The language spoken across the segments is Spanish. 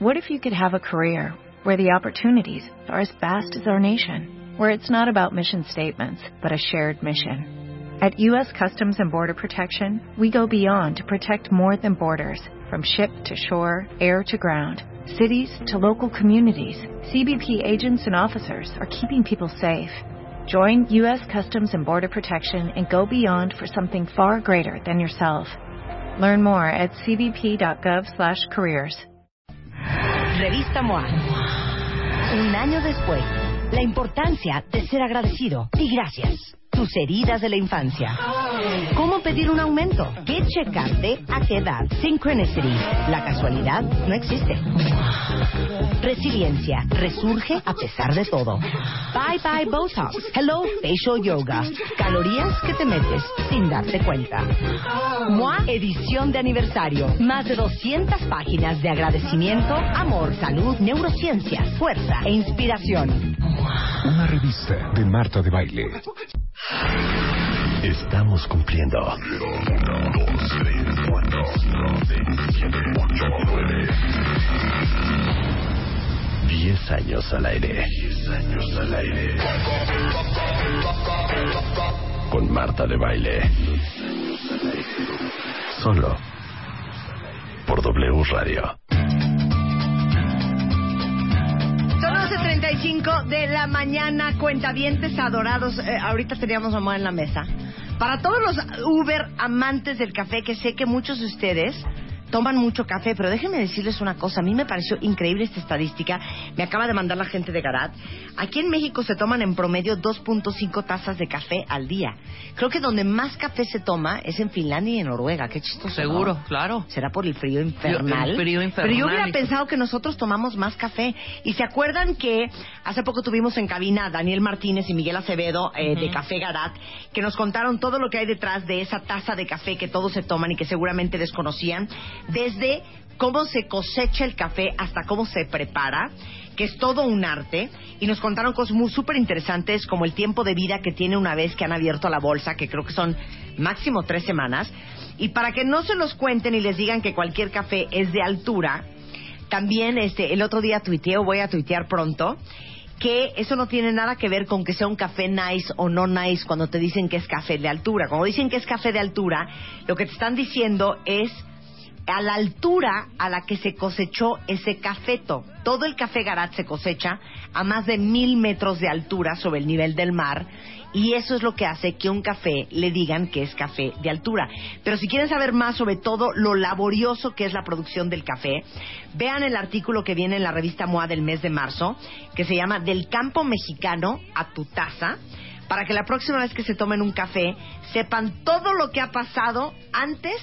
What if you could have a career where the opportunities are as vast as our nation, where it's not about mission statements, but a shared mission? At U.S. Customs and Border Protection, we go beyond to protect more than borders. From ship to shore, air to ground, cities to local communities, CBP agents and officers are keeping people safe. Join U.S. Customs and Border Protection and go beyond for something far greater than yourself. Learn more at cbp.gov/careers. Revista MOA. Un año después, la importancia de ser agradecido y gracias. Tus heridas de la infancia. ¿Cómo pedir un aumento? ¿Qué checarte? ¿A qué edad? Synchronicity. La casualidad no existe. Resiliencia. Resurge a pesar de todo. Bye bye Botox. Hello Facial Yoga. Calorías que te metes sin darte cuenta. MOA edición de aniversario. Más de 200 páginas de agradecimiento, amor, salud, neurociencia, fuerza e inspiración. Una revista de Marta de Baile. Estamos cumpliendo 1, 2, 3, 4, 5, 6, 7, 8, 9 10 años al aire. 10 años al aire. Con Marta de Baile. Solo por W Radio. Son 11:35 de la mañana, cuentavientes adorados. Ahorita teníamos mamá en la mesa. Para todos los Uber amantes del café, que sé que muchos de ustedes toman mucho café, pero déjenme decirles una cosa. A mí me pareció increíble esta estadística. Me acaba de mandar la gente de Garat. Aquí en México se toman en promedio 2.5 tazas de café al día. Creo que donde más café se toma es en Finlandia y en Noruega. Qué chistoso, seguro, ¿no? Claro. ¿Será por el frío infernal? Pero yo hubiera pensado que nosotros tomamos más café. Y se acuerdan que hace poco tuvimos en cabina a Daniel Martínez y Miguel Acevedo de Café Garat, que nos contaron todo lo que hay detrás de esa taza de café que todos se toman y que seguramente desconocían. Desde cómo se cosecha el café hasta cómo se prepara, que es todo un arte, y nos contaron cosas muy súper interesantes como el tiempo de vida que tiene una vez que han abierto la bolsa, que creo que son máximo 3 semanas. Y para que no se los cuenten y les digan que cualquier café es de altura, también el otro día tuiteé, o voy a tuitear pronto, que eso no tiene nada que ver con que sea un café nice o no nice cuando te dicen que es café de altura. Cuando dicen que es café de altura, lo que te están diciendo es a la altura a la que se cosechó ese cafeto. Todo el café Garat se cosecha a más de 1000 metros de altura sobre el nivel del mar, y eso es lo que hace que un café le digan que es café de altura. Pero si quieren saber más sobre todo lo laborioso que es la producción del café, vean el artículo que viene en la revista MOA del mes de marzo, que se llama Del campo mexicano a tu taza, para que la próxima vez que se tomen un café sepan todo lo que ha pasado antes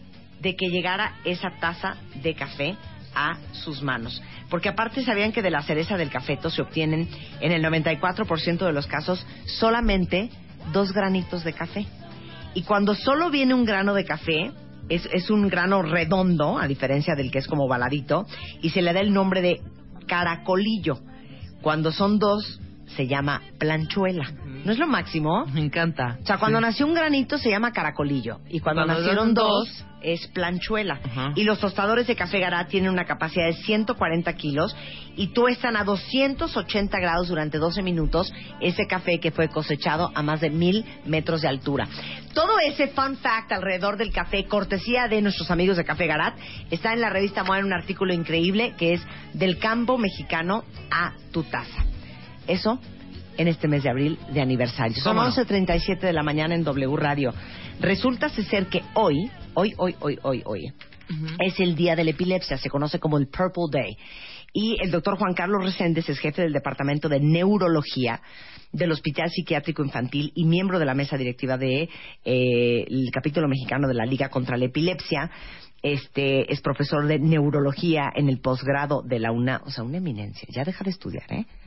de que llegara esa taza de café a sus manos. Porque aparte sabían que de la cereza del cafeto se obtienen en el 94% de los casos solamente 2 granitos de café. Y cuando solo viene un grano de café, es un grano redondo, a diferencia del que es como baladito, y se le da el nombre de caracolillo. Cuando son 2, se llama planchuela. ¿No es lo máximo? Me encanta. O sea, cuando nació un granito se llama caracolillo, y cuando nacieron 2 es planchuela. Y los tostadores de Café Garat tienen una capacidad de 140 kilos y tuestan a 280 grados durante 12 minutos ese café que fue cosechado a más de 1000 metros de altura. Todo ese fun fact alrededor del café, cortesía de nuestros amigos de Café Garat, está en la revista MOA en un artículo increíble que es Del campo mexicano a tu taza. Eso en este mes de abril de aniversario. Son 11:37 de la mañana en W Radio. Resulta ser que hoy es el día de la epilepsia, se conoce como el Purple Day. Y el doctor Juan Carlos Reséndez es jefe del Departamento de Neurología del Hospital Psiquiátrico Infantil y miembro de la mesa directiva de el capítulo mexicano de la Liga contra la Epilepsia. Es profesor de neurología en el posgrado de la UNAM. O sea, una eminencia. Ya deja de estudiar, ¿eh?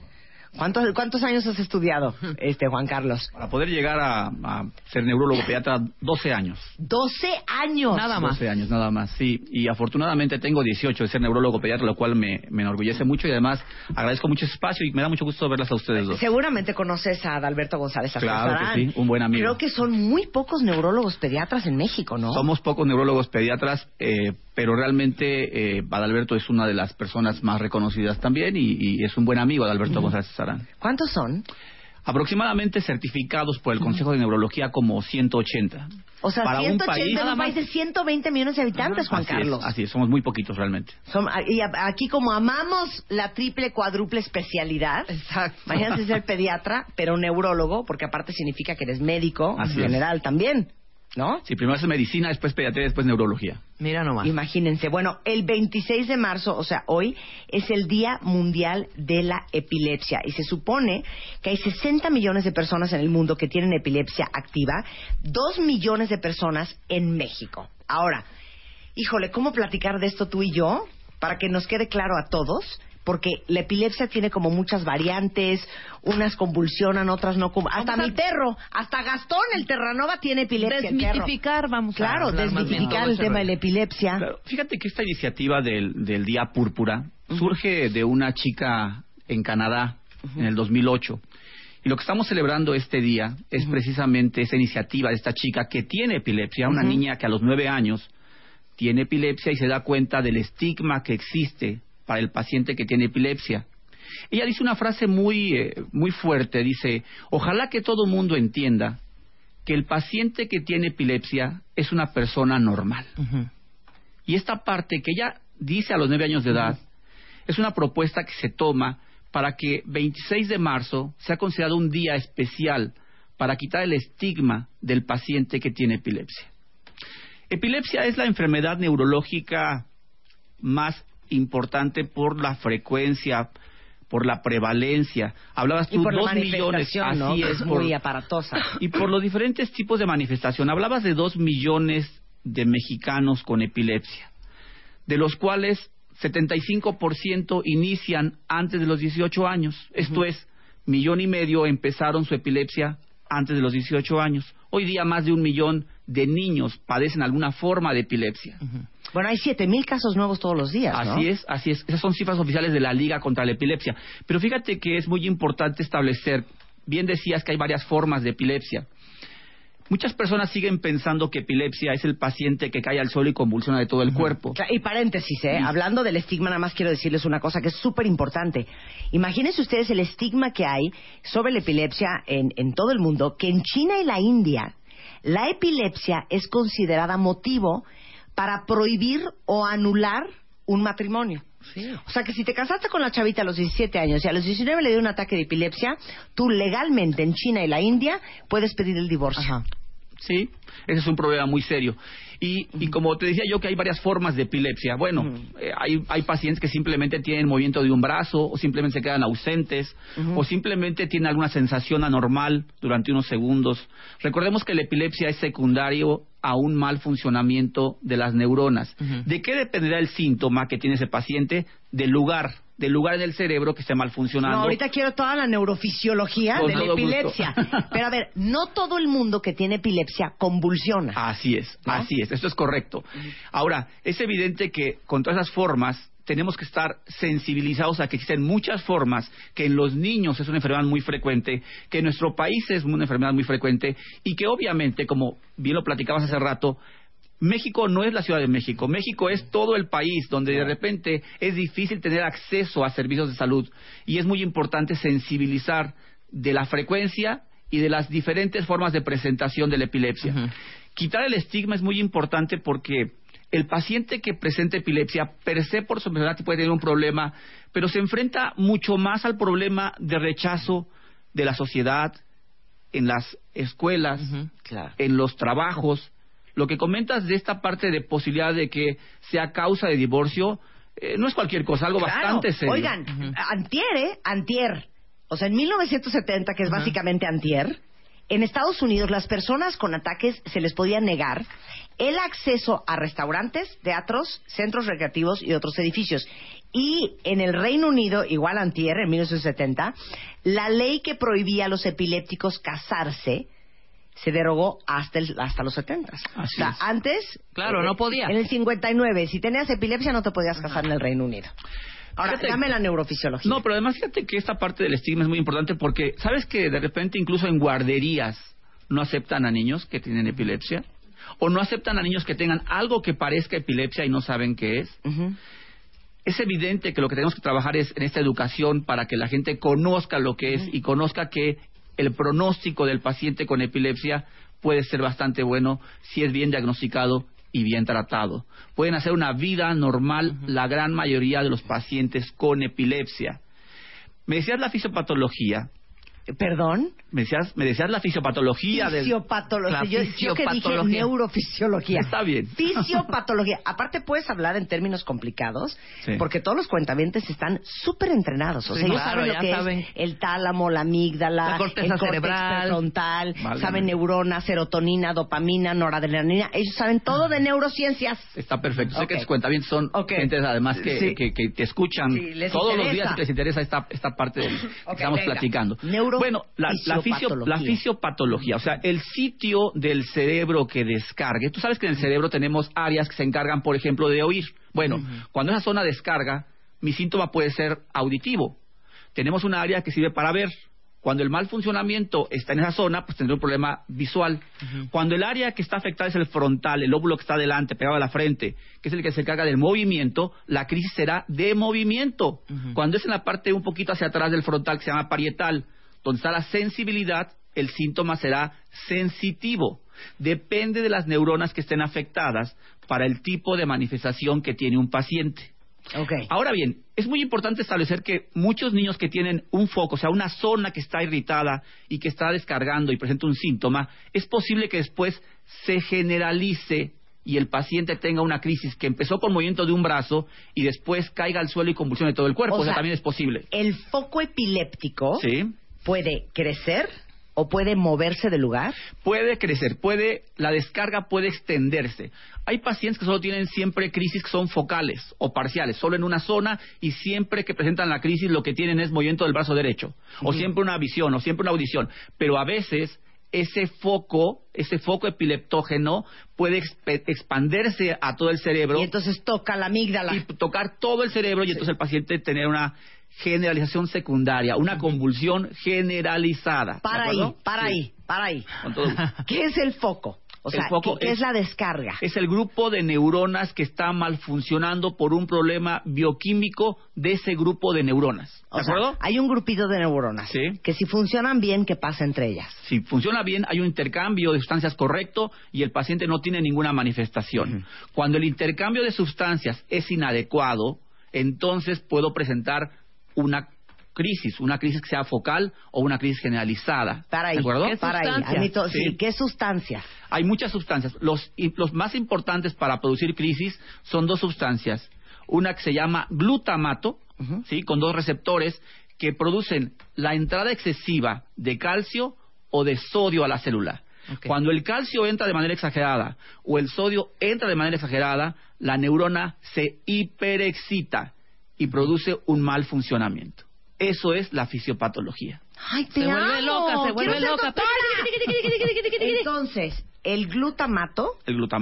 ¿Cuántos años has estudiado, Juan Carlos? Para poder llegar a ser neurólogo pediatra, 12 años. ¿12 años? Nada más. 12 años, nada más, sí. Y afortunadamente tengo 18 de ser neurólogo pediatra, lo cual me enorgullece mucho y además agradezco mucho ese espacio y me da mucho gusto verlas a ustedes dos. Seguramente conoces a Adalberto González Azcárraga. Claro que sí, un buen amigo. Creo que son muy pocos neurólogos pediatras en México, ¿no? Somos pocos neurólogos pediatras, pero realmente Adalberto es una de las personas más reconocidas también y es un buen amigo Adalberto González Azcárraga. ¿Cuántos son? Aproximadamente certificados por el Consejo de Neurología como 180. O sea, para 180 en un país de 120 millones de habitantes, Juan Carlos. Así es, somos muy poquitos realmente. Y aquí como amamos la triple, cuádruple especialidad, exacto. Imagínate ser pediatra, pero neurólogo, porque aparte significa que eres médico en general también, ¿no? Sí, primero es medicina, después pediatría, después neurología. Mira nomás. Imagínense. Bueno, el 26 de marzo, o sea, hoy, es el Día Mundial de la Epilepsia. Y se supone que hay 60 millones de personas en el mundo que tienen epilepsia activa, 2 millones de personas en México. Ahora, híjole, ¿cómo platicar de esto tú y yo? Para que nos quede claro a todos. Porque la epilepsia tiene como muchas variantes, unas convulsionan, otras no. Hasta mi perro, hasta Gastón el Terranova tiene epilepsia. Desmitificar, desmitificar el tema de la epilepsia. Claro, fíjate que esta iniciativa del Día Púrpura surge de una chica en Canadá en el 2008. Y lo que estamos celebrando este día es precisamente esa iniciativa de esta chica que tiene epilepsia, una niña que a los 9 años tiene epilepsia y se da cuenta del estigma que existe para el paciente que tiene epilepsia. Ella dice una frase muy fuerte, dice: ojalá que todo el mundo entienda que el paciente que tiene epilepsia es una persona normal. Y esta parte que ella dice a los 9 años de edad es una propuesta que se toma para que 26 de marzo sea considerado un día especial para quitar el estigma del paciente que tiene epilepsia. Epilepsia es la enfermedad neurológica más importante por la frecuencia, por la prevalencia. Hablabas tú, y por 2 la millones, ¿no? así es, muy aparatosa. Y por los diferentes tipos de manifestación. Hablabas de 2 millones de mexicanos con epilepsia, de los cuales 75% inician antes de los 18 años. Esto es, 1,5 millones empezaron su epilepsia antes de los 18 años. Hoy día más de 1 millón de niños padecen alguna forma de epilepsia. Bueno, hay 7,000 casos nuevos todos los días, ¿no? Así es. Esas son cifras oficiales de la Liga contra la Epilepsia. Pero fíjate que es muy importante establecer, bien decías que hay varias formas de epilepsia. Muchas personas siguen pensando que epilepsia es el paciente que cae al suelo y convulsiona de todo el cuerpo. Y paréntesis, hablando del estigma, nada más quiero decirles una cosa que es súper importante. Imagínense ustedes el estigma que hay sobre la epilepsia en todo el mundo, que en China y la India la epilepsia es considerada motivo para prohibir o anular un matrimonio. Sí. O sea que si te casaste con la chavita a los 17 años y a los 19 le dio un ataque de epilepsia, tú legalmente en China y la India puedes pedir el divorcio. Ajá. Sí, ese es un problema muy serio. Y como te decía yo que hay varias formas de epilepsia. Bueno, hay pacientes que simplemente tienen movimiento de un brazo, o simplemente se quedan ausentes, o simplemente tienen alguna sensación anormal durante unos segundos. Recordemos que la epilepsia es secundario a un mal funcionamiento de las neuronas. ¿De qué dependerá el síntoma que tiene ese paciente? Del lugar en el cerebro que esté mal funcionando. No, ahorita quiero toda la neurofisiología de la epilepsia. Pero a ver, no todo el mundo que tiene epilepsia convulsiona. Así es, ¿no? Así es, esto es correcto. Ahora, es evidente que con todas esas formas tenemos que estar sensibilizados a que existen muchas formas, que en los niños es una enfermedad muy frecuente, que en nuestro país es una enfermedad muy frecuente y que obviamente, como bien lo platicabas hace rato, México no es la Ciudad de México. México es todo el país donde de repente es difícil tener acceso a servicios de salud y es muy importante sensibilizar de la frecuencia y de las diferentes formas de presentación de la epilepsia. Quitar el estigma es muy importante porque el paciente que presenta epilepsia per se por su enfermedad puede tener un problema, pero se enfrenta mucho más al problema de rechazo de la sociedad, en las escuelas, en los trabajos. Lo que comentas de esta parte de posibilidad de que sea causa de divorcio, no es cualquier cosa, algo bastante serio. Oigan, antier, o sea, en 1970, que es básicamente antier, en Estados Unidos las personas con ataques se les podía negar el acceso a restaurantes, teatros, centros recreativos y otros edificios. Y en el Reino Unido, igual antier, en 1970, la ley que prohibía a los epilépticos casarse se derogó hasta los 70. O sea, antes... Claro, no podía. En el 59, si tenías epilepsia no te podías casar en el Reino Unido. Ahora, dame la neurofisiología. No, pero además fíjate que esta parte del estigma es muy importante porque, ¿sabes que de repente incluso en guarderías no aceptan a niños que tienen epilepsia? O no aceptan a niños que tengan algo que parezca epilepsia y no saben qué es. Es evidente que lo que tenemos que trabajar es en esta educación para que la gente conozca lo que es y conozca que el pronóstico del paciente con epilepsia puede ser bastante bueno si es bien diagnosticado y bien tratado. Pueden hacer una vida normal la gran mayoría de los pacientes con epilepsia. Me decías la fisiopatología. ¿Perdón? Me decías la fisiopatología. Fisiopatología. Yo que dije neurofisiología. Está bien. Fisiopatología. Aparte puedes hablar en términos complicados, porque todos los cuentavientes están súper entrenados. O sea, ellos saben lo que es el tálamo, la amígdala, la corteza cerebral, prefrontal, saben neuronas, serotonina, dopamina, noradrenalina. Ellos saben todo de neurociencias. Está perfecto. Sé que tus cuentavientes son gente además que te escuchan todos los días y que les interesa esta parte que estamos platicando. Bueno, la fisiopatología, o sea, el sitio del cerebro que descargue. Tú sabes que en el cerebro tenemos áreas que se encargan, por ejemplo, de oír. Bueno, cuando esa zona descarga, mi síntoma puede ser auditivo. Tenemos una área que sirve para ver. Cuando el mal funcionamiento está en esa zona, pues tendré un problema visual. Cuando el área que está afectada es el frontal, el lóbulo que está delante, pegado a la frente, que es el que se encarga del movimiento, la crisis será de movimiento. Cuando es en la parte un poquito hacia atrás del frontal, que se llama parietal, donde está la sensibilidad, el síntoma será sensitivo. Depende de las neuronas que estén afectadas para el tipo de manifestación que tiene un paciente. Ahora bien, es muy importante establecer que muchos niños que tienen un foco, o sea, una zona que está irritada y que está descargando y presenta un síntoma, es posible que después se generalice y el paciente tenga una crisis que empezó con movimiento de un brazo y después caiga al suelo y convulsione todo el cuerpo. O sea, también es posible. El foco epiléptico puede crecer o puede moverse del lugar. Puede crecer, la descarga puede extenderse. Hay pacientes que solo tienen siempre crisis que son focales o parciales, solo en una zona, y siempre que presentan la crisis lo que tienen es movimiento del brazo derecho, o siempre una visión, o siempre una audición. Pero a veces ese foco epileptógeno puede expandirse a todo el cerebro. Y entonces toca la amígdala. Y tocar todo el cerebro, y entonces el paciente tener una generalización secundaria, una convulsión generalizada. Para ahí. ¿Qué es el foco? O sea, ¿qué es la descarga? Es el grupo de neuronas que está mal funcionando por un problema bioquímico de ese grupo de neuronas. ¿De acuerdo? Hay un grupito de neuronas que si funcionan bien, ¿qué pasa entre ellas? Si funciona bien, hay un intercambio de sustancias correcto y el paciente no tiene ninguna manifestación. Cuando el intercambio de sustancias es inadecuado, entonces puedo presentar una crisis que sea focal o una crisis generalizada. ¿De acuerdo? ¿Qué sustancias? Hay muchas sustancias. Los más importantes para producir crisis son dos sustancias. Una que se llama glutamato, con dos receptores que producen la entrada excesiva de calcio o de sodio a la célula. Cuando el calcio entra de manera exagerada o el sodio entra de manera exagerada, la neurona se hiperexcita y produce un mal funcionamiento. Eso es la fisiopatología. ¡Ay, se vuelve loca! Entonces, el glutamato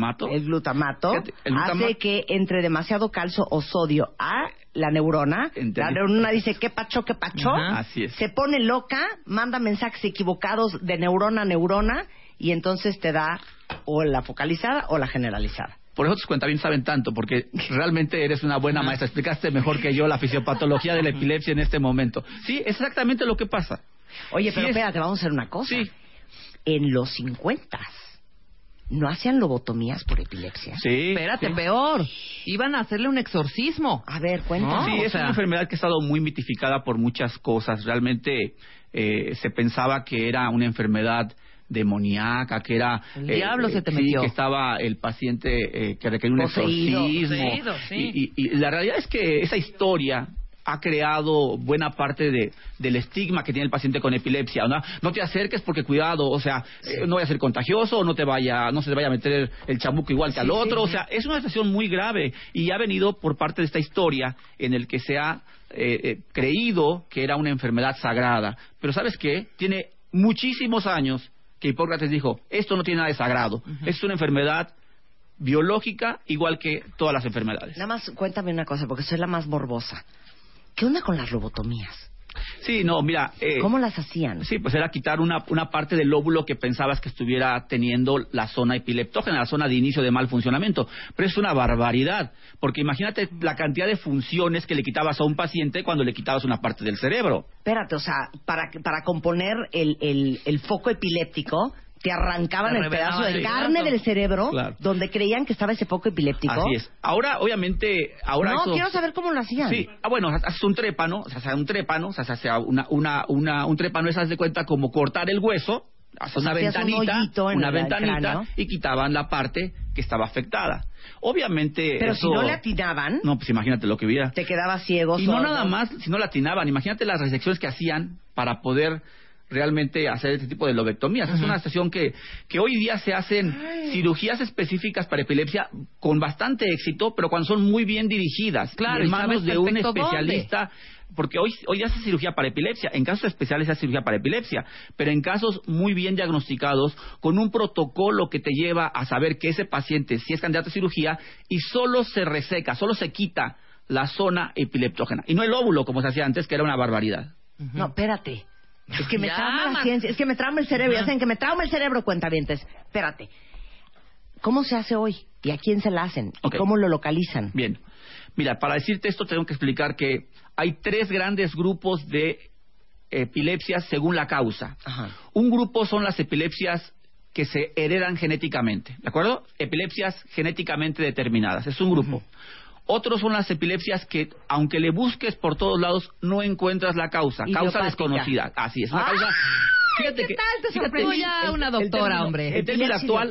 hace que entre demasiado calcio o sodio a la neurona. La neurona dice, ¿qué pacho? Así es. Se pone loca, manda mensajes equivocados de neurona a neurona y entonces te da o la focalizada o la generalizada. Por eso tus cuentavientes saben tanto, porque realmente eres una buena maestra. Explicaste mejor que yo la fisiopatología de la epilepsia en este momento. Sí, es exactamente lo que pasa. Oye, pero espérate, vamos a hacer una cosa. Sí. En los 50 ¿no hacían lobotomías por epilepsia? Sí. Espérate, peor. Iban a hacerle un exorcismo. A ver, cuéntame. Sí, es una enfermedad que ha estado muy mitificada por muchas cosas. Realmente se pensaba que era una enfermedad demoníaca, que era el diablo se te metió, que estaba el paciente que requería un exorcismo. Poseído, sí. Y la realidad es que esa historia ha creado buena parte del estigma que tiene el paciente con epilepsia, ¿no? No te acerques porque cuidado, o sea, no vaya a ser contagioso, no se te vaya a meter el chamuco igual que al otro, o sea, es una situación muy grave y ha venido por parte de esta historia en el que se ha creído que era una enfermedad sagrada, pero ¿sabes qué? Tiene muchísimos años que Hipócrates dijo, esto no tiene nada de sagrado, es una enfermedad biológica igual que todas las enfermedades. Nada más cuéntame una cosa, porque soy la más morbosa. ¿Qué onda con las lobotomías? Sí, no, mira... ¿Cómo las hacían? Sí, pues era quitar una parte del lóbulo que pensabas que estuviera teniendo la zona epileptógena, la zona de inicio de mal funcionamiento. Pero es una barbaridad, porque imagínate la cantidad de funciones que le quitabas a un paciente cuando le quitabas una parte del cerebro. Espérate, o sea, para componer el foco epiléptico... te arrancaban el pedazo de carne del cerebro, claro, donde creían que estaba ese foco epiléptico. Así es. Ahora, obviamente... No, quiero saber cómo lo hacían. Sí, bueno, haces un trépano, o sea, un trépano es, haz de cuenta, como cortar el hueso, haces una ventanita y quitaban la parte que estaba afectada. Obviamente... Pero eso, si no le atinaban... No, pues imagínate lo que hubiera. Te quedabas ciego. Y no nada más, si no le atinaban, imagínate las resecciones que hacían para poder... realmente hacer este tipo de lobectomías. Es una situación que hoy día se hacen cirugías específicas para epilepsia con bastante éxito, pero cuando son muy bien dirigidas, claro, en manos de un especialista, porque hoy hace cirugía para epilepsia, en casos especiales se hace cirugía para epilepsia, pero en casos muy bien diagnosticados, con un protocolo que te lleva a saber que ese paciente sí es candidato a cirugía y solo se reseca, solo se quita la zona epileptógena, y no el óvulo como se hacía antes, que era una barbaridad. No, espérate. Es que me trauma la ciencia, es que me trauma el cerebro. Ya saben que me trauma el cerebro, cuentavientes. Espérate. ¿Cómo se hace hoy? ¿Y a quién se la hacen? ¿Y cómo lo localizan? Bien. Mira, para decirte esto tengo que explicar que hay 3 grandes grupos de epilepsias según la causa. Ajá. Un grupo son las epilepsias que se heredan genéticamente, ¿de acuerdo? Epilepsias genéticamente determinadas. Es un grupo. Otros son las epilepsias que, aunque le busques por todos lados, no encuentras la causa. Causa desconocida. Así es, una causa... Fíjate ¿qué tal? Te sorprendió ya una doctora, hombre. El término actual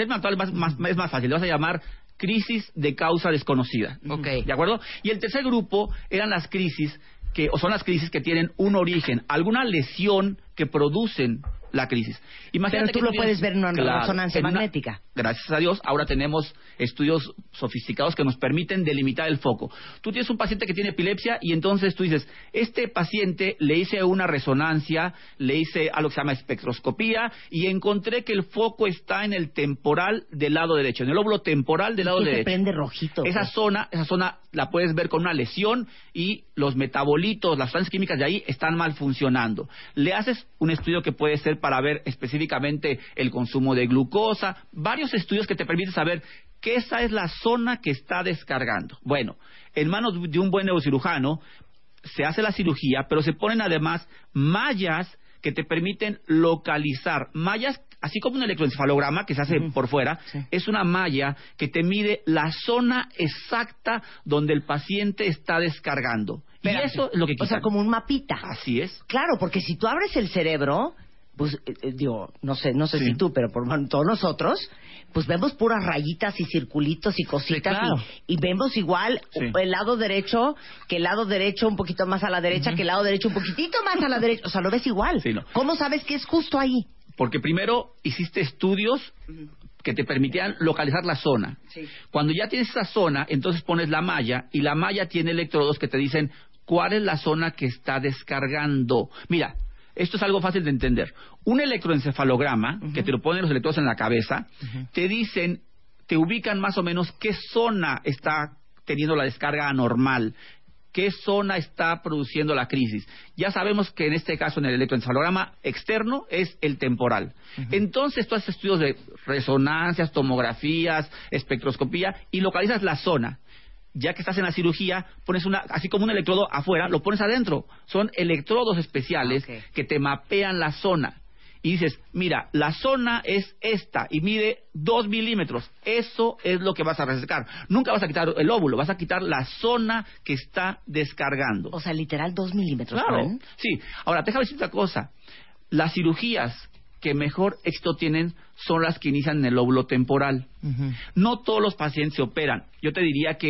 es más fácil. Le vas a llamar crisis de causa desconocida. Okay. ¿De acuerdo? Y el tercer grupo eran las crisis son las crisis que tienen un origen, alguna lesión que producen la crisis. Imagínate. Pero tú lo puedes ver en una resonancia magnética. Gracias a Dios, ahora tenemos estudios sofisticados que nos permiten delimitar el foco. Tú tienes un paciente que tiene epilepsia y entonces tú dices, este paciente le hice una resonancia, le hice algo que se llama espectroscopía y encontré que el foco está en el temporal del lado derecho, en el lóbulo temporal del lado derecho. Se prende rojito. Esa zona la puedes ver con una lesión y los metabolitos, las sustancias químicas de ahí están mal funcionando. Le haces un estudio que puede ser para ver específicamente el consumo de glucosa, varios estudios que te permiten saber que esa es la zona que está descargando. Bueno, en manos de un buen neurocirujano se hace la cirugía, pero se ponen además mallas que te permiten localizar, mallas así como un electroencefalograma que se hace por fuera, es una malla que te mide la zona exacta donde el paciente está descargando. Espérate. Y eso es lo que quitan. O sea, como un mapita. Así es. Claro, porque si tú abres el cerebro, pues digo, no sé si tú, pero por todos nosotros, pues vemos puras rayitas y circulitos y cositas, sí, claro. y vemos igual el lado derecho, que el lado derecho un poquito más a la derecha, que el lado derecho un poquitito más a la derecha, o sea, lo ves igual. Sí, no. ¿Cómo sabes que es justo ahí? Porque primero hiciste estudios que te permitían localizar la zona. Sí. Cuando ya tienes esa zona, entonces pones la malla, y la malla tiene electrodos que te dicen cuál es la zona que está descargando. Mira, esto es algo fácil de entender. Un electroencefalograma, que te lo ponen los electrodos en la cabeza, te dicen, te ubican más o menos qué zona está teniendo la descarga anormal, qué zona está produciendo la crisis. Ya sabemos que en este caso, en el electroencefalograma externo, es el temporal. Entonces tú haces estudios de resonancias, tomografías, espectroscopía, y localizas la zona. Ya que estás en la cirugía, pones así como un electrodo afuera, lo pones adentro. Son electrodos especiales que te mapean la zona. Y dices, mira, la zona es esta y mide 2 milímetros. Eso es lo que vas a resecar. Nunca vas a quitar el óvulo, vas a quitar la zona que está descargando. O sea, literal 2 milímetros. Claro, ¿no? sí. Ahora, déjame decirte una cosa. Las cirugías que mejor éxito tienen son las que inician en el lóbulo temporal. No todos los pacientes se operan. Yo te diría que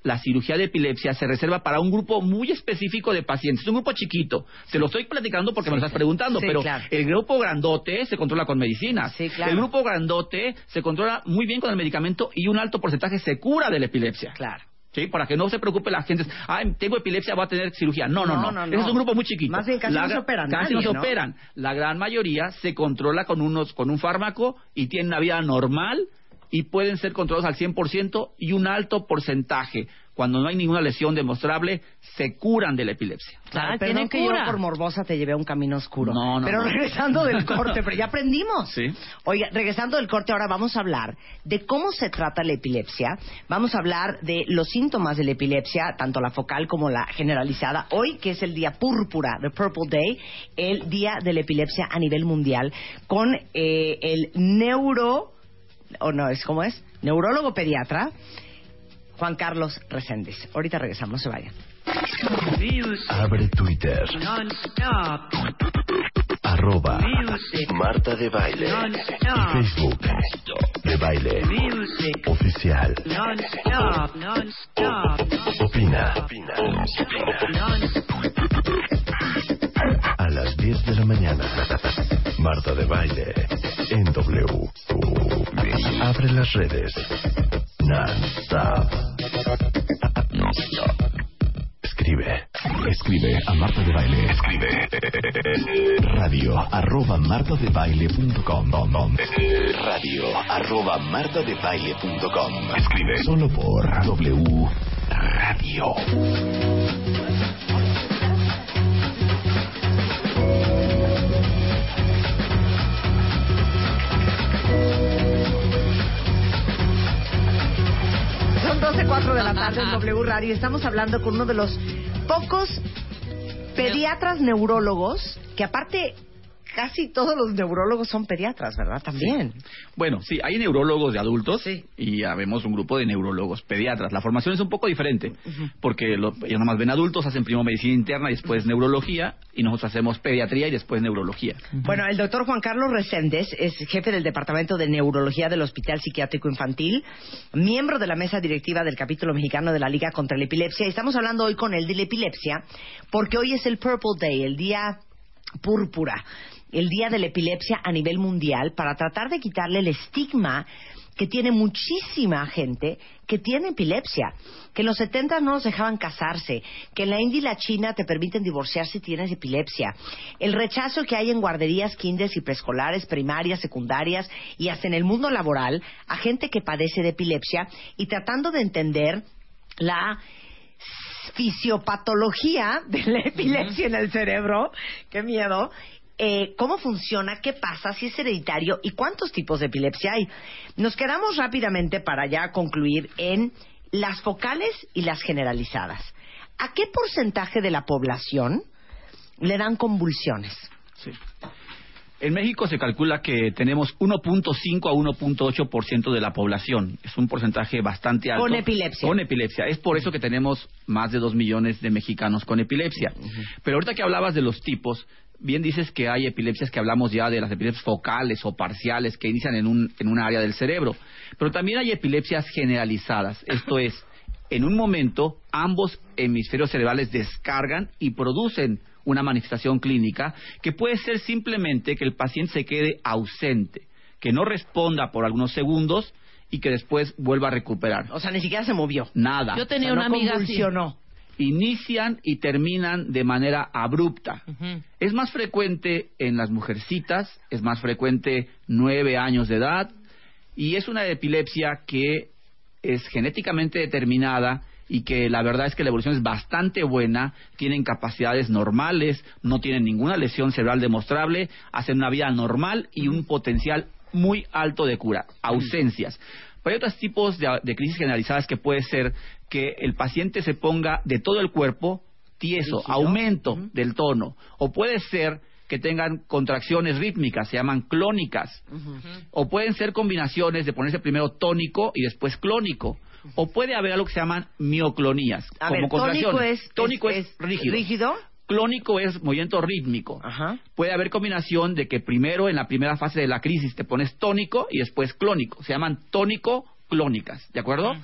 la cirugía de epilepsia se reserva para un grupo muy específico de pacientes. Es un grupo chiquito. Se lo estoy platicando porque me lo estás preguntando, pero claro, el grupo grandote se controla con medicina. Sí, claro. El grupo grandote se controla muy bien con el medicamento y un alto porcentaje se cura de la epilepsia. Claro. Sí, para que no se preocupe la gente. Tengo epilepsia, voy a tener cirugía. No. Ese es un grupo muy chiquito. Más bien casi no se operan. Casi no se operan. La gran mayoría se controla con un fármaco y tienen una vida normal y pueden ser controlados al 100% y un alto porcentaje. Cuando no hay ninguna lesión demostrable, se curan de la epilepsia. Claro, perdón que yo por morbosa te llevé a un camino oscuro. No. Pero regresando del corte, pero ya aprendimos. Sí. Oiga, regresando del corte, ahora vamos a hablar de cómo se trata la epilepsia. Vamos a hablar de los síntomas de la epilepsia, tanto la focal como la generalizada. Hoy, que es el día púrpura, the Purple Day, el día de la epilepsia a nivel mundial, con el neurólogo pediatra, Juan Carlos Reséndiz. Ahorita regresamos, no se vayan. Abre Twitter. @ Marta de Baile. Facebook. De Baile. Oficial. Opina. A las 10 de la mañana. Marta de Baile. En W. Abre las redes. Non-stop. Escribe a Marta de Baile. Escribe radio@martadebaile.com. radio@martadebaile.com. Escribe solo por W Radio. Son 12:04 de la tarde en W Radio. Estamos hablando con uno de los pocos pediatras neurólogos, que aparte casi todos los neurólogos son pediatras, ¿verdad? También. Sí. Bueno, sí, hay neurólogos de adultos, sí, y habemos un grupo de neurólogos pediatras. La formación es un poco diferente, porque ellos nada más ven adultos, hacen primero medicina interna y después neurología, y nosotros hacemos pediatría y después neurología. Bueno, el doctor Juan Carlos Reséndiz es jefe del Departamento de Neurología del Hospital Psiquiátrico Infantil, miembro de la mesa directiva del capítulo mexicano de la Liga contra la Epilepsia, y estamos hablando hoy con él de la epilepsia, porque hoy es el Purple Day, el día púrpura, el día de la epilepsia a nivel mundial, para tratar de quitarle el estigma que tiene muchísima gente que tiene epilepsia, que en los 70 no nos dejaban casarse, que en la India y la China te permiten divorciar si tienes epilepsia, el rechazo que hay en guarderías, kinders y preescolares, primarias, secundarias y hasta en el mundo laboral a gente que padece de epilepsia, y tratando de entender la fisiopatología de la epilepsia en el cerebro. ¡Qué miedo! ¿Cómo funciona? ¿Qué pasa? ¿Si es hereditario? ¿Y cuántos tipos de epilepsia hay? Nos quedamos rápidamente para ya concluir en las focales y las generalizadas. ¿A qué porcentaje de la población le dan convulsiones? Sí. En México se calcula que tenemos 1.5 a 1.8% de la población. Es un porcentaje bastante alto. Con epilepsia. Con epilepsia. Es por eso que tenemos más de 2 millones de mexicanos con epilepsia. Pero ahorita que hablabas de los tipos, bien dices que hay epilepsias que hablamos ya de las epilepsias focales o parciales que inician en un área del cerebro. Pero también hay epilepsias generalizadas. Esto es, en un momento ambos hemisferios cerebrales descargan y producen una manifestación clínica que puede ser simplemente que el paciente se quede ausente, que no responda por algunos segundos y que después vuelva a recuperar. O sea, ni siquiera se movió. Nada. Yo tenía una amiga así. Inician y terminan de manera abrupta. Es más frecuente en las mujercitas, es más frecuente 9 años de edad, y es una epilepsia que es genéticamente determinada y que la verdad es que la evolución es bastante buena, tienen capacidades normales, no tienen ninguna lesión cerebral demostrable, hacen una vida normal y un potencial muy alto de cura. Ausencias. Pero hay otros tipos de crisis generalizadas que puede ser que el paciente se ponga de todo el cuerpo tieso, aumento del tono, o puede ser que tengan contracciones rítmicas, se llaman clónicas, o pueden ser combinaciones de ponerse primero tónico y después clónico, o puede haber algo que se llaman mioclonías, como contracciones. Tónico es rígido. Clónico es movimiento rítmico. Puede haber combinación de que primero en la primera fase de la crisis te pones tónico y después clónico. Se llaman tónico-clónicas, ¿de acuerdo?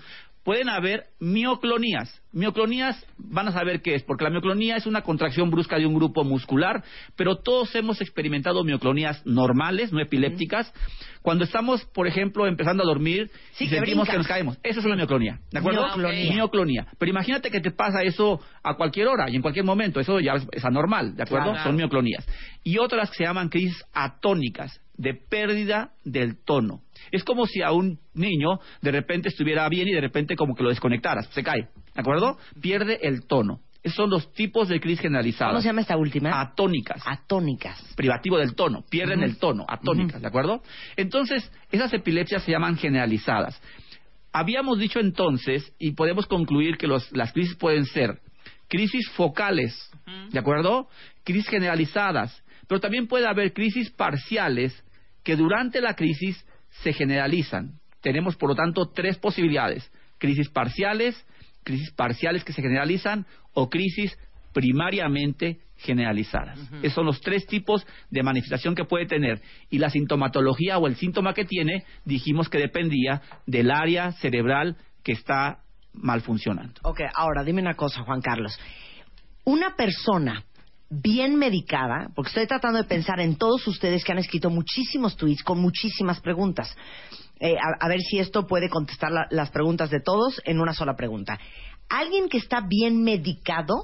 pueden haber mioclonías. Mioclonías van a saber qué es, porque la mioclonía es una contracción brusca de un grupo muscular, pero todos hemos experimentado mioclonías normales, no epilépticas, cuando estamos, por ejemplo, empezando a dormir y sentimos que nos caemos. Eso es una mioclonía, ¿de acuerdo? Mioclonía. Pero imagínate que te pasa eso a cualquier hora y en cualquier momento. Eso ya es anormal, ¿de acuerdo? Claro. Son mioclonías. Y otras que se llaman crisis atónicas, de pérdida del tono. Es como si a un niño de repente estuviera bien y de repente como que lo desconectaras, se cae, ¿de acuerdo? Pierde el tono. Esos son los tipos de crisis generalizadas. ¿Cómo se llama esta última? Atónicas. Atónicas. Privativo del tono, pierden el tono, atónicas, ¿de acuerdo? Entonces, esas epilepsias se llaman generalizadas. Habíamos dicho entonces, y podemos concluir que las crisis pueden ser crisis focales, ¿de acuerdo? Crisis generalizadas, pero también puede haber crisis parciales que durante la crisis se generalizan. Tenemos, por lo tanto, 3 posibilidades: crisis parciales que se generalizan o crisis primariamente generalizadas. Esos son los 3 tipos de manifestación que puede tener. Y la sintomatología o el síntoma que tiene, dijimos que dependía del área cerebral que está mal funcionando. Ok, ahora dime una cosa, Juan Carlos. Una persona bien medicada, porque estoy tratando de pensar en todos ustedes que han escrito muchísimos tweets con muchísimas preguntas. A ver si esto puede contestar las preguntas de todos en una sola pregunta. ¿Alguien que está bien medicado?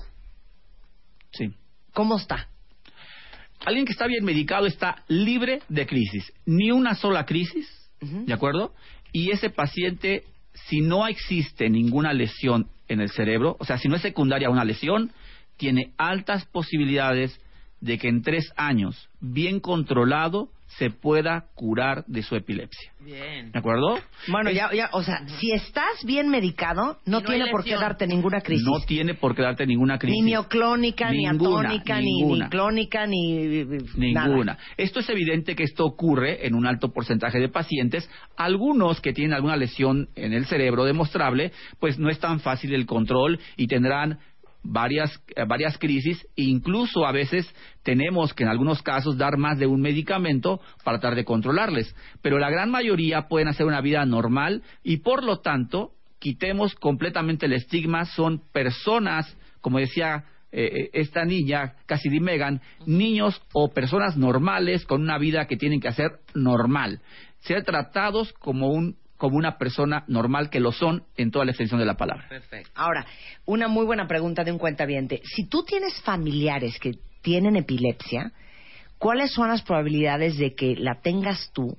Sí. ¿Cómo está? Alguien que está bien medicado está libre de crisis. Ni una sola crisis, ¿de acuerdo? Y ese paciente, si no existe ninguna lesión en el cerebro, o sea, si no es secundaria a una lesión, tiene altas posibilidades de que en 3 años, bien controlado, se pueda curar de su epilepsia. Bien. ¿De acuerdo? Bueno, o sea, si estás bien medicado, no tiene por qué darte ninguna crisis. No tiene por qué darte ninguna crisis. Ni mioclónica, ni atónica, ni clónica, ni ninguna. Nada. Esto es evidente que esto ocurre en un alto porcentaje de pacientes. Algunos que tienen alguna lesión en el cerebro demostrable, pues no es tan fácil el control y tendrán varias crisis, e incluso a veces tenemos que en algunos casos dar más de un medicamento para tratar de controlarles, pero la gran mayoría pueden hacer una vida normal y por lo tanto quitemos completamente el estigma. Son personas, como decía esta niña, Cassidy Megan, niños o personas normales con una vida que tienen que hacer normal, ser tratados como una persona normal, que lo son en toda la extensión de la palabra. Perfecto. Ahora, una muy buena pregunta de un cuentaviente. Si tú tienes familiares que tienen epilepsia, ¿cuáles son las probabilidades de que la tengas tú?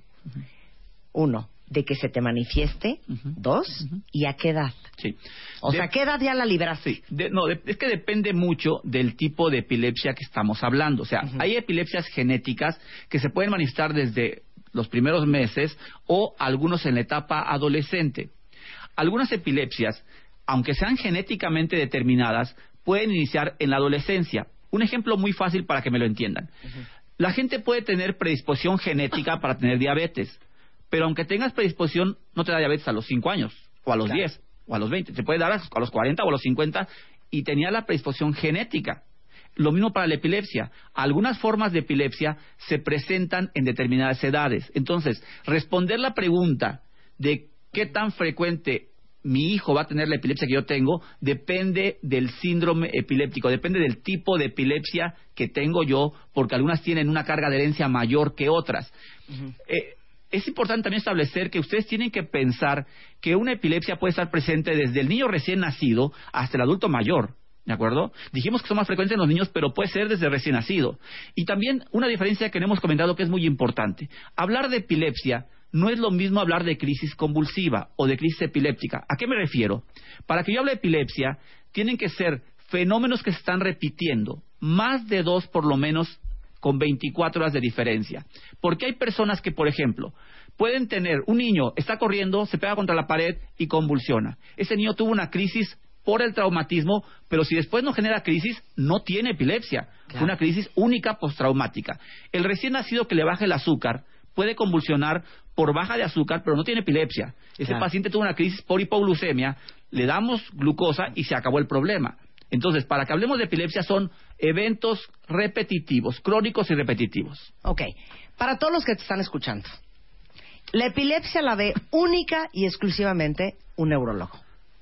1, de que se te manifieste. 2, ¿y a qué edad? Sí. O sea, ¿a qué edad ya la libraste? Sí. Es que depende mucho del tipo de epilepsia que estamos hablando. O sea, hay epilepsias genéticas que se pueden manifestar desde los primeros meses o algunos en la etapa adolescente. Algunas epilepsias, aunque sean genéticamente determinadas, pueden iniciar en la adolescencia. Un ejemplo muy fácil para que me lo entiendan. La gente puede tener predisposición genética para tener diabetes, pero aunque tengas predisposición, no te da diabetes a los 5 años, o a los 10, o a los 20. Te puede dar a los 40 o a los 50, y tenía la predisposición genética. Lo mismo para la epilepsia. Algunas formas de epilepsia se presentan en determinadas edades. Entonces, responder la pregunta de qué tan frecuente mi hijo va a tener la epilepsia que yo tengo depende del síndrome epiléptico, depende del tipo de epilepsia que tengo yo, porque algunas tienen una carga de herencia mayor que otras. Es importante también establecer que ustedes tienen que pensar que una epilepsia puede estar presente desde el niño recién nacido hasta el adulto mayor. ¿De acuerdo? Dijimos que son más frecuentes en los niños, pero puede ser desde recién nacido. Y también una diferencia que no hemos comentado que es muy importante. Hablar de epilepsia no es lo mismo hablar de crisis convulsiva o de crisis epiléptica. ¿A qué me refiero? Para que yo hable de epilepsia, tienen que ser fenómenos que se están repitiendo, más de 2 por lo menos, con 24 horas de diferencia. Porque hay personas que, por ejemplo, pueden tener, un niño está corriendo, se pega contra la pared y convulsiona. Ese niño tuvo una crisis por el traumatismo, pero si después no genera crisis, no tiene epilepsia. Claro. Una crisis única postraumática. El recién nacido que le baja el azúcar puede convulsionar por baja de azúcar, pero no tiene epilepsia. Ese paciente tuvo una crisis por hipoglucemia, le damos glucosa y se acabó el problema. Entonces, para que hablemos de epilepsia, son eventos repetitivos, crónicos y repetitivos. Ok. Para todos los que te están escuchando, la epilepsia la ve única y exclusivamente un neurólogo.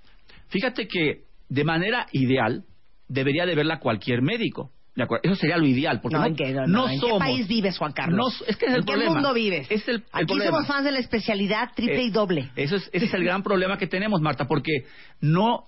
Fíjate que de manera ideal debería de verla cualquier médico. ¿De acuerdo? Eso sería lo ideal, porque ¿En qué país vives, Juan Carlos? Es que es el problema. ¿En qué mundo vives? Es el Aquí problema. somos fans de la especialidad triple y doble. Ese es el gran problema que tenemos, Marta, porque no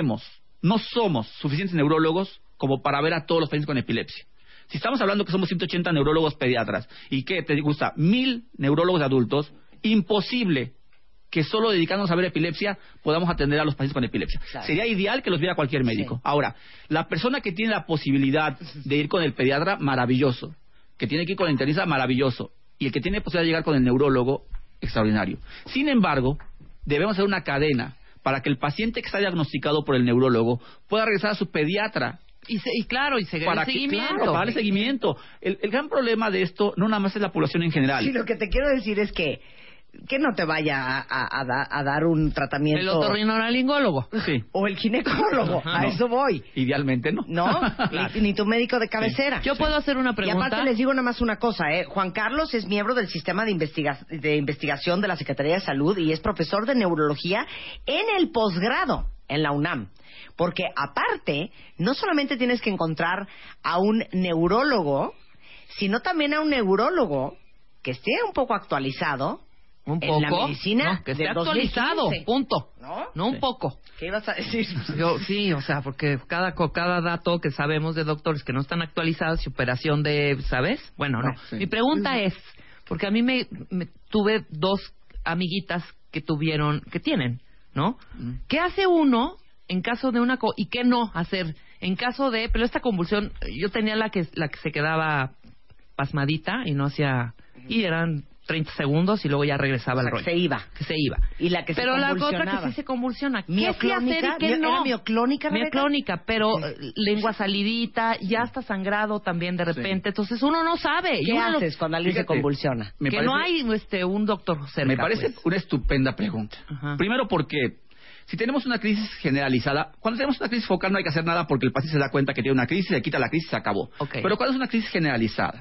somos suficientes neurólogos como para ver a todos los pacientes con epilepsia. Si estamos hablando que somos 180 neurólogos pediatras y que te gusta 1000 neurólogos adultos, imposible que solo dedicándonos a ver epilepsia podamos atender a los pacientes con epilepsia. Claro. Sería ideal que los viera cualquier médico. Sí. Ahora, la persona que tiene la posibilidad de ir con el pediatra, maravilloso. Que tiene que ir con el internista, maravilloso. Y el que tiene posibilidad de llegar con el neurólogo, extraordinario. Sin embargo, debemos hacer una cadena para que el paciente que está diagnosticado por el neurólogo pueda regresar a su pediatra. Y seguir el seguimiento. Claro, para darle seguimiento. El gran problema de esto no nada más es la población en general. Sí, lo que te quiero decir es que no te vaya a dar un tratamiento. El otorrinolaringólogo. Sí. O el ginecólogo. A eso voy. Idealmente no. No, claro. ni tu médico de cabecera. Sí. Yo puedo hacer una pregunta. Y aparte les digo nada más una cosa, Juan Carlos es miembro del sistema de investigación de la Secretaría de Salud y es profesor de neurología en el posgrado en la UNAM. Porque aparte, no solamente tienes que encontrar a un neurólogo, sino también a un neurólogo que esté un poco actualizado un poco, en la medicina, no, que esté actualizado, 2015. Punto. No un poco. ¿Qué ibas a decir? Yo sí, o sea, porque cada dato que sabemos de doctores que no están actualizados, y operación de, ¿sabes? Bueno, no. Sí. Mi pregunta es, porque a mí me tuve 2 amiguitas que tienen, ¿no? ¿Qué hace uno en caso de una y qué no hacer en caso de, pero esta convulsión, yo tenía la que se quedaba pasmadita y no hacía, y eran 30 segundos y luego ya regresaba el rollo. Que se iba. Y la que se pero la otra que sí se convulsiona. ¿Qué sí hacer y qué no? ¿Era mioclónica? Mioclónica, pero lengua salidita, ya está sangrado también de repente. Sí. Entonces uno no sabe. ¿Qué haces cuando alguien se convulsiona? No hay un doctor cerca. Me parece una estupenda pregunta. Ajá. Primero porque si tenemos una crisis generalizada, cuando tenemos una crisis focal no hay que hacer nada porque el paciente se da cuenta que tiene una crisis, se quita la crisis y se acabó. Okay. Pero cuando es una crisis generalizada,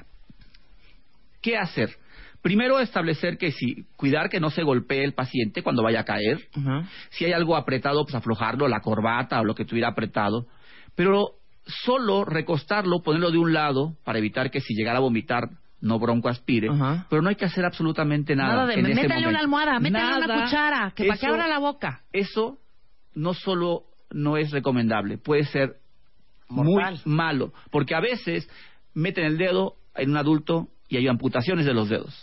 ¿qué hacer? Primero, establecer cuidar que no se golpee el paciente cuando vaya a caer. Uh-huh. Si hay algo apretado, pues aflojarlo, la corbata o lo que tuviera apretado. Pero solo recostarlo, ponerlo de un lado para evitar que si llegara a vomitar no broncoaspire. Uh-huh. Pero no hay que hacer absolutamente nada. Nada de métale una almohada, métale una cuchara, para que abra la boca. Eso no solo no es recomendable, puede ser mortal, muy malo. Porque a veces meten el dedo en un adulto y hay amputaciones de los dedos.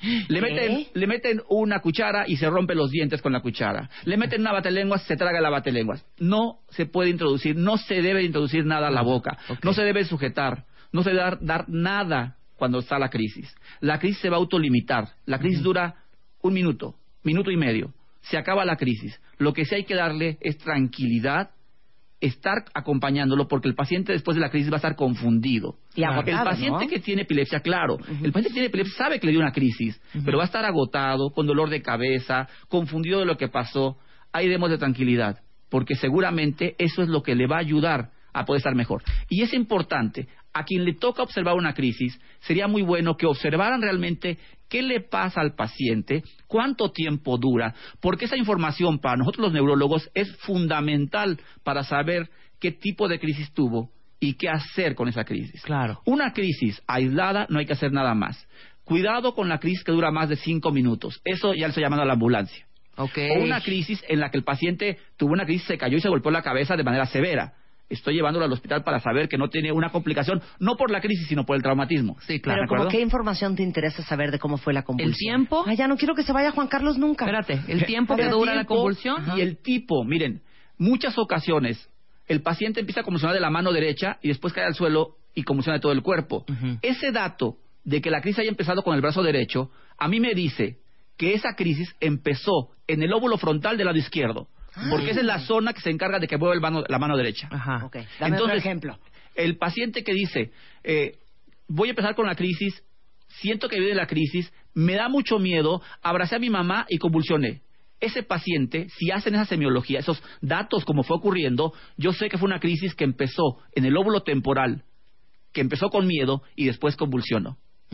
Le meten una cuchara y se rompen los dientes con la cuchara. Le meten una batelenguas, se traga la batelenguas. No se puede introducir, no se debe introducir nada a la boca. Okay. No se debe sujetar, no se debe dar nada cuando está la crisis. La crisis se va a autolimitar. La crisis dura 1 minuto, minuto y medio. Se acaba la crisis. Lo que sí hay que darle es tranquilidad, estar acompañándolo, porque el paciente después de la crisis va a estar confundido. Y agotado, el paciente que tiene epilepsia, claro, el paciente que tiene epilepsia sabe que le dio una crisis, pero va a estar agotado, con dolor de cabeza, confundido de lo que pasó. Ahí demos de tranquilidad, porque seguramente eso es lo que le va a ayudar a poder estar mejor. Y es importante, a quien le toca observar una crisis, sería muy bueno que observaran realmente qué le pasa al paciente, cuánto tiempo dura, porque esa información para nosotros los neurólogos es fundamental para saber qué tipo de crisis tuvo y qué hacer con esa crisis. Claro. Una crisis aislada no hay que hacer nada más. Cuidado con la crisis que dura más de 5 minutos. Eso ya le estoy llamando a la ambulancia. Okay. O una crisis en la que el paciente tuvo una crisis, se cayó y se golpeó la cabeza de manera severa. Estoy llevándolo al hospital para saber que no tiene una complicación, no por la crisis, sino por el traumatismo. Sí, claro. Pero ¿cómo qué información te interesa saber de cómo fue la convulsión? ¿El tiempo? Ay, ya no quiero que se vaya Juan Carlos nunca. Espérate, ¿el tiempo que dura la convulsión? Y el tipo, miren, muchas ocasiones el paciente empieza a convulsionar de la mano derecha y después cae al suelo y convulsiona de todo el cuerpo. Ese dato de que la crisis haya empezado con el brazo derecho, a mí me dice que esa crisis empezó en el lóbulo frontal del lado izquierdo. Porque esa es la zona que se encarga de que mueva la mano derecha. Ajá. Okay. Dame otro ejemplo. El paciente que dice, voy a empezar con la crisis, siento que viene la crisis, me da mucho miedo, abracé a mi mamá y convulsioné. Ese paciente, si hacen esa semiología, esos datos como fue ocurriendo, yo sé que fue una crisis que empezó en el lóbulo temporal, que empezó con miedo y después convulsionó.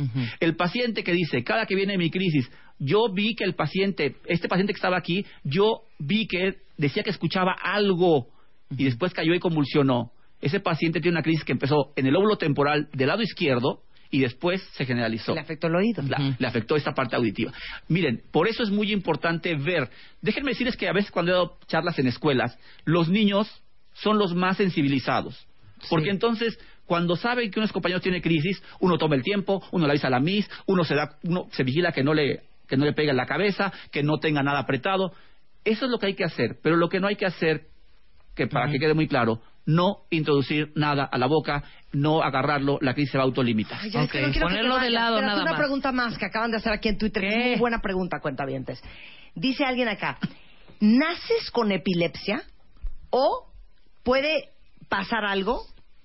El paciente que dice, cada que viene mi crisis, yo vi que este paciente que estaba aquí, yo vi que decía que escuchaba algo y después cayó y convulsionó. Ese paciente tiene una crisis que empezó en el lóbulo temporal del lado izquierdo y después se generalizó. Le afectó el oído. Le afectó esta parte auditiva. Miren, por eso es muy importante ver. Déjenme decirles que a veces cuando he dado charlas en escuelas, los niños son los más sensibilizados. Porque entonces, cuando saben que unos compañeros tienen crisis, uno toma el tiempo, uno le avisa a la Miss, uno se vigila que no le pegue en la cabeza, que no tenga nada apretado. Eso es lo que hay que hacer. Pero lo que no hay que hacer, que para que quede muy claro, no introducir nada a la boca, no agarrarlo, la crisis se va a autolimitar. Ay, es que no quiero ponerlo que de lado nada más. Una pregunta más que acaban de hacer aquí en Twitter. Muy buena pregunta, cuentavientes. Dice alguien acá, ¿naces con epilepsia o puede pasar algo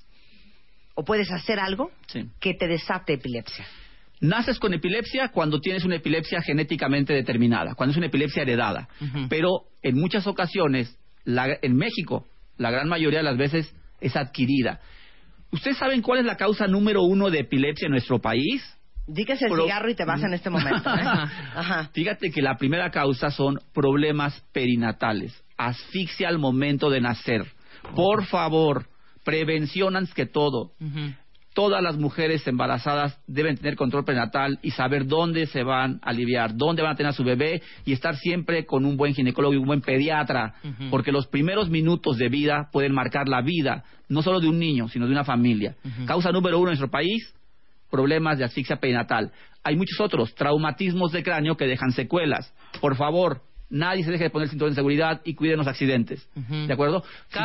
o puedes hacer algo que te desate epilepsia? Naces con epilepsia cuando tienes una epilepsia genéticamente determinada, cuando es una epilepsia heredada. Pero en muchas ocasiones, en México, la gran mayoría de las veces es adquirida. ¿Ustedes saben cuál es la causa número 1 de epilepsia en nuestro país? Dígase el cigarro y te vas en este momento. Ajá. Fíjate que la primera causa son problemas perinatales, asfixia al momento de nacer. Por favor, prevención antes que todo. Todas las mujeres embarazadas deben tener control prenatal y saber dónde se van a aliviar, dónde van a tener a su bebé y estar siempre con un buen ginecólogo y un buen pediatra, porque los primeros minutos de vida pueden marcar la vida, no solo de un niño, sino de una familia. Causa número 1 en nuestro país, problemas de asfixia perinatal. Hay muchos otros, traumatismos de cráneo que dejan secuelas. Por favor, nadie se deje de poner el cinturón de seguridad y cuiden los accidentes. ¿De acuerdo?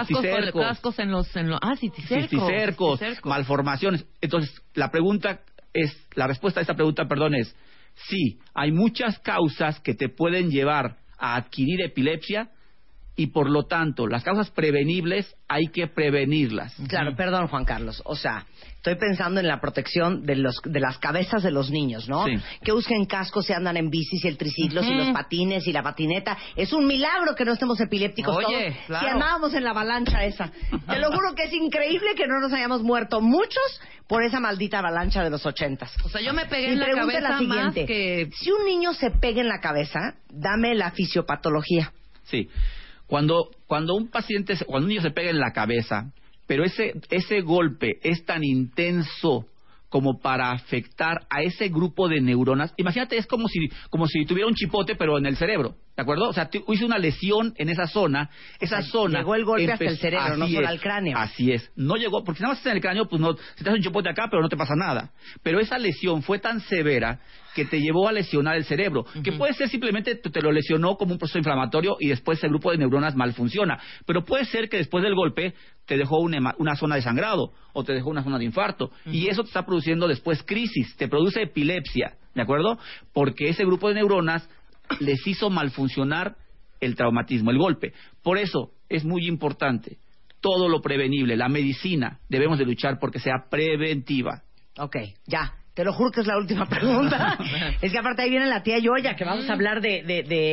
Cascos en los cisticercos, malformaciones. Entonces, la respuesta a esta pregunta, es sí, hay muchas causas que te pueden llevar a adquirir epilepsia y por lo tanto, las causas prevenibles hay que prevenirlas. Claro, perdón, Juan Carlos. O sea, estoy pensando en la protección de las cabezas de los niños, ¿no? Sí. Que usen cascos si andan en bicis y el triciclo y los patines y la patineta. Es un milagro que no estemos epilépticos todos. Claro. Si andábamos en la avalancha esa. Te lo juro que es increíble que no nos hayamos muerto muchos por esa maldita avalancha de los 80s. O sea, yo me pegué en la cabeza la siguiente, más que... Si un niño se pega en la cabeza, dame la fisiopatología. Sí. Cuando un niño se pega en la cabeza, pero ese golpe es tan intenso como para afectar a ese grupo de neuronas. Imagínate, es como si tuviera un chipote, pero en el cerebro, ¿de acuerdo? O sea, hizo una lesión en esa zona. Esa zona llegó el golpe hasta el cerebro, no solo al cráneo. Así es. No llegó, porque si nada más estás en el cráneo, pues no, si te haces un chipote acá, pero no te pasa nada. Pero esa lesión fue tan severa que te llevó a lesionar el cerebro, que puede ser simplemente te lo lesionó como un proceso inflamatorio y después ese grupo de neuronas mal funciona, pero puede ser que después del golpe te dejó una zona de sangrado o te dejó una zona de infarto y eso te está produciendo después crisis, te produce epilepsia, ¿de acuerdo? Porque ese grupo de neuronas les hizo mal funcionar el traumatismo, el golpe. Por eso es muy importante todo lo prevenible, la medicina, debemos de luchar porque sea preventiva. Ok, ya. Te lo juro que es la última pregunta. Es que aparte ahí viene la tía Yoya, que vamos a hablar de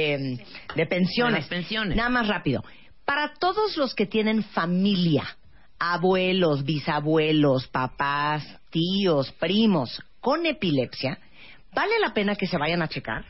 pensiones. De las pensiones. Nada más rápido. Para todos los que tienen familia, abuelos, bisabuelos, papás, tíos, primos, con epilepsia, ¿vale la pena que se vayan a checar?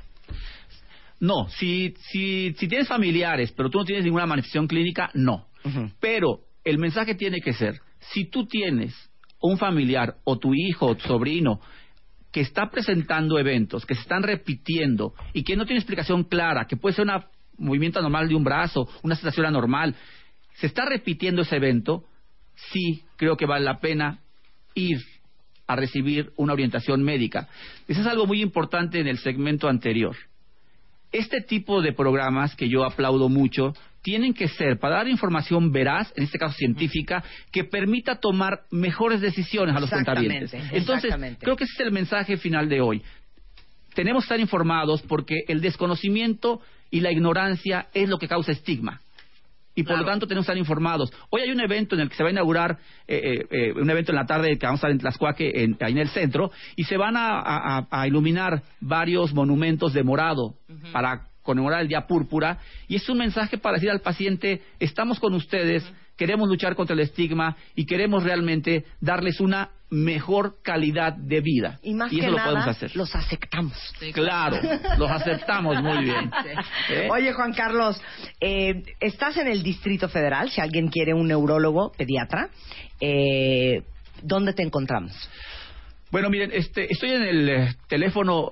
No, si tienes familiares, pero tú no tienes ninguna manifestación clínica, no. Pero el mensaje tiene que ser, si tú tienes un familiar o tu hijo o tu sobrino que está presentando eventos que se están repitiendo y que no tiene explicación clara, que puede ser un movimiento anormal de un brazo, una sensación anormal, se está repitiendo ese evento, sí creo que vale la pena ir a recibir una orientación médica. Eso es algo muy importante en el segmento anterior. Este tipo de programas que yo aplaudo mucho tienen que ser para dar información veraz, en este caso científica, que permita tomar mejores decisiones a los cuentavientes. Entonces, creo que ese es el mensaje final de hoy. Tenemos que estar informados porque el desconocimiento y la ignorancia es lo que causa estigma. Y por lo tanto tenemos que estar informados. Hoy hay un evento en el que se va a inaugurar, un evento en la tarde que vamos a estar en Tlaxcuaque, ahí en el centro, y se van a iluminar varios monumentos de morado para conmemorar el Día Púrpura, y es un mensaje para decir al paciente, estamos con ustedes, queremos luchar contra el estigma y queremos realmente darles una mejor calidad de vida. Y más y que eso nada, lo podemos hacer. los aceptamos. Sí, claro, los aceptamos muy bien. Oye, Juan Carlos, estás en el Distrito Federal, si alguien quiere un neurólogo pediatra, ¿dónde te encontramos? Bueno, miren, estoy en el teléfono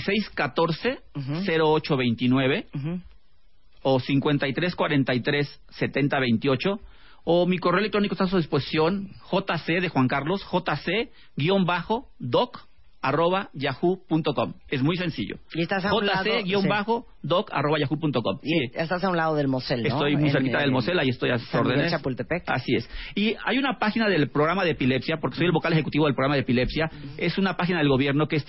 2614-0829 o 5343-7028, o mi correo electrónico está a su disposición, jc de Juan Carlos, jc-doc@yahoo.com. Es muy sencillo. Y estás a un jc-doc@yahoo.com. Sí. Estás a un lado del Mosel, ¿no? Estoy muy cerquita del Mosel, ahí estoy a sus órdenes. Chapultepec. Así es. Y hay una página del programa de epilepsia, porque soy el vocal ejecutivo del programa de epilepsia. Es una página del gobierno que es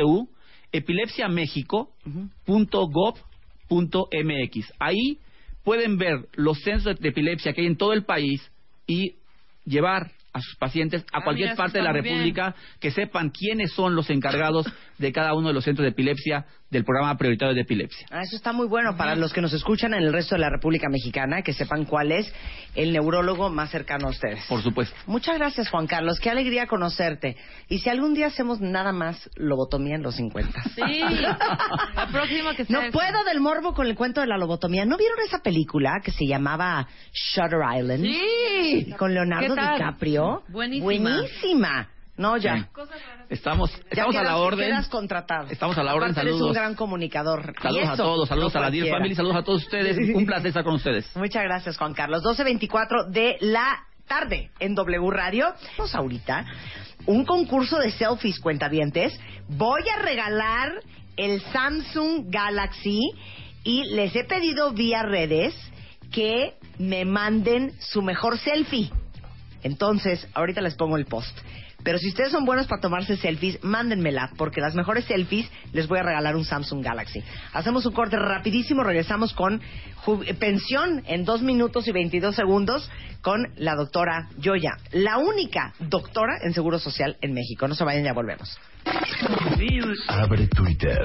www.epilepsiamexico.gov.mx. Ahí pueden ver los centros de epilepsia que hay en todo el país y llevar a sus pacientes a cualquier parte de la República, que sepan quiénes son los encargados de cada uno de los centros de epilepsia del programa prioritario de epilepsia. Eso está muy bueno para los que nos escuchan en el resto de la República Mexicana, que sepan cuál es el neurólogo más cercano a ustedes. Por supuesto. Muchas gracias, Juan Carlos. Qué alegría conocerte. Y si algún día hacemos nada más lobotomía en los 50. Sí. La próxima que sea. No puedo del morbo con el cuento de la lobotomía. ¿No vieron esa película que se llamaba Shutter Island? Sí. Con Leonardo DiCaprio. Buenísima. No, ya. Sí. Estamos a la orden. Quedas contratado. Estamos a la orden. Aparte, saludos. Eres un gran comunicador. Saludos a todos, saludos a la Dear Family, saludos a todos ustedes. Un placer estar con ustedes. Muchas gracias, Juan Carlos. 12:24 de la tarde en W Radio. Vamos ahorita un concurso de selfies, cuentavientes. Voy a regalar el Samsung Galaxy y les he pedido vía redes que me manden su mejor selfie. Entonces, ahorita les pongo el post. Pero si ustedes son buenos para tomarse selfies, mándenmela, porque las mejores selfies les voy a regalar un Samsung Galaxy. Hacemos un corte rapidísimo, regresamos con pensión en 2 minutos y 22 segundos con la doctora Yoya, la única doctora en Seguro Social en México. No se vayan, ya volvemos. Abre Twitter.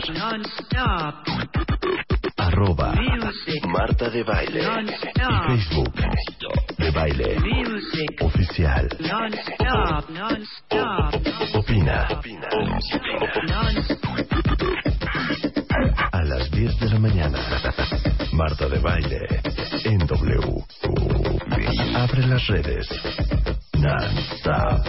@Marta de Baile. Y Facebook de Baile Oficial. Opina. A las 10 de la mañana. Marta de Baile en W. Abre las redes. Non-stop.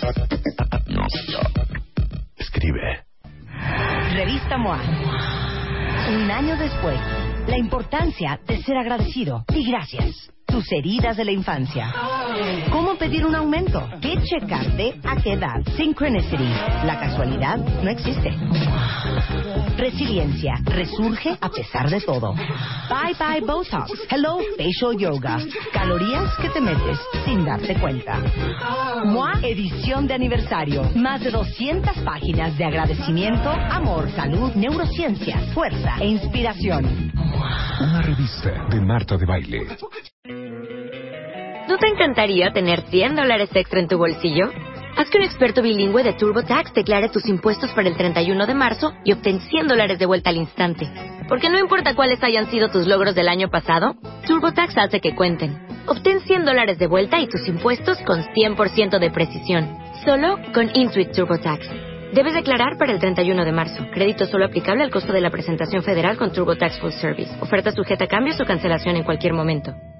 Escribe. Revista MOA. Un año después, la importancia de ser agradecido y gracias. Tus heridas de la infancia. ¿Cómo pedir un aumento? ¿Qué checarte? ¿A qué edad? Synchronicity. La casualidad no existe. Resiliencia. Resurge a pesar de todo. Bye bye Botox. Hello Facial Yoga. Calorías que te metes sin darte cuenta. MOA edición de aniversario. Más de 200 páginas de agradecimiento, amor, salud, neurociencia, fuerza e inspiración. Una revista de Marta de Baile. ¿No te encantaría tener $100 extra en tu bolsillo? Haz que un experto bilingüe de TurboTax declare tus impuestos para el 31 de marzo y obtén $100 de vuelta al instante. Porque no importa cuáles hayan sido tus logros del año pasado, TurboTax hace que cuenten. Obtén $100 de vuelta y tus impuestos con 100% de precisión. Solo con Intuit TurboTax. Debes declarar para el 31 de marzo. Crédito solo aplicable al costo de la presentación federal con TurboTax Full Service. Oferta sujeta a cambios o cancelación en cualquier momento.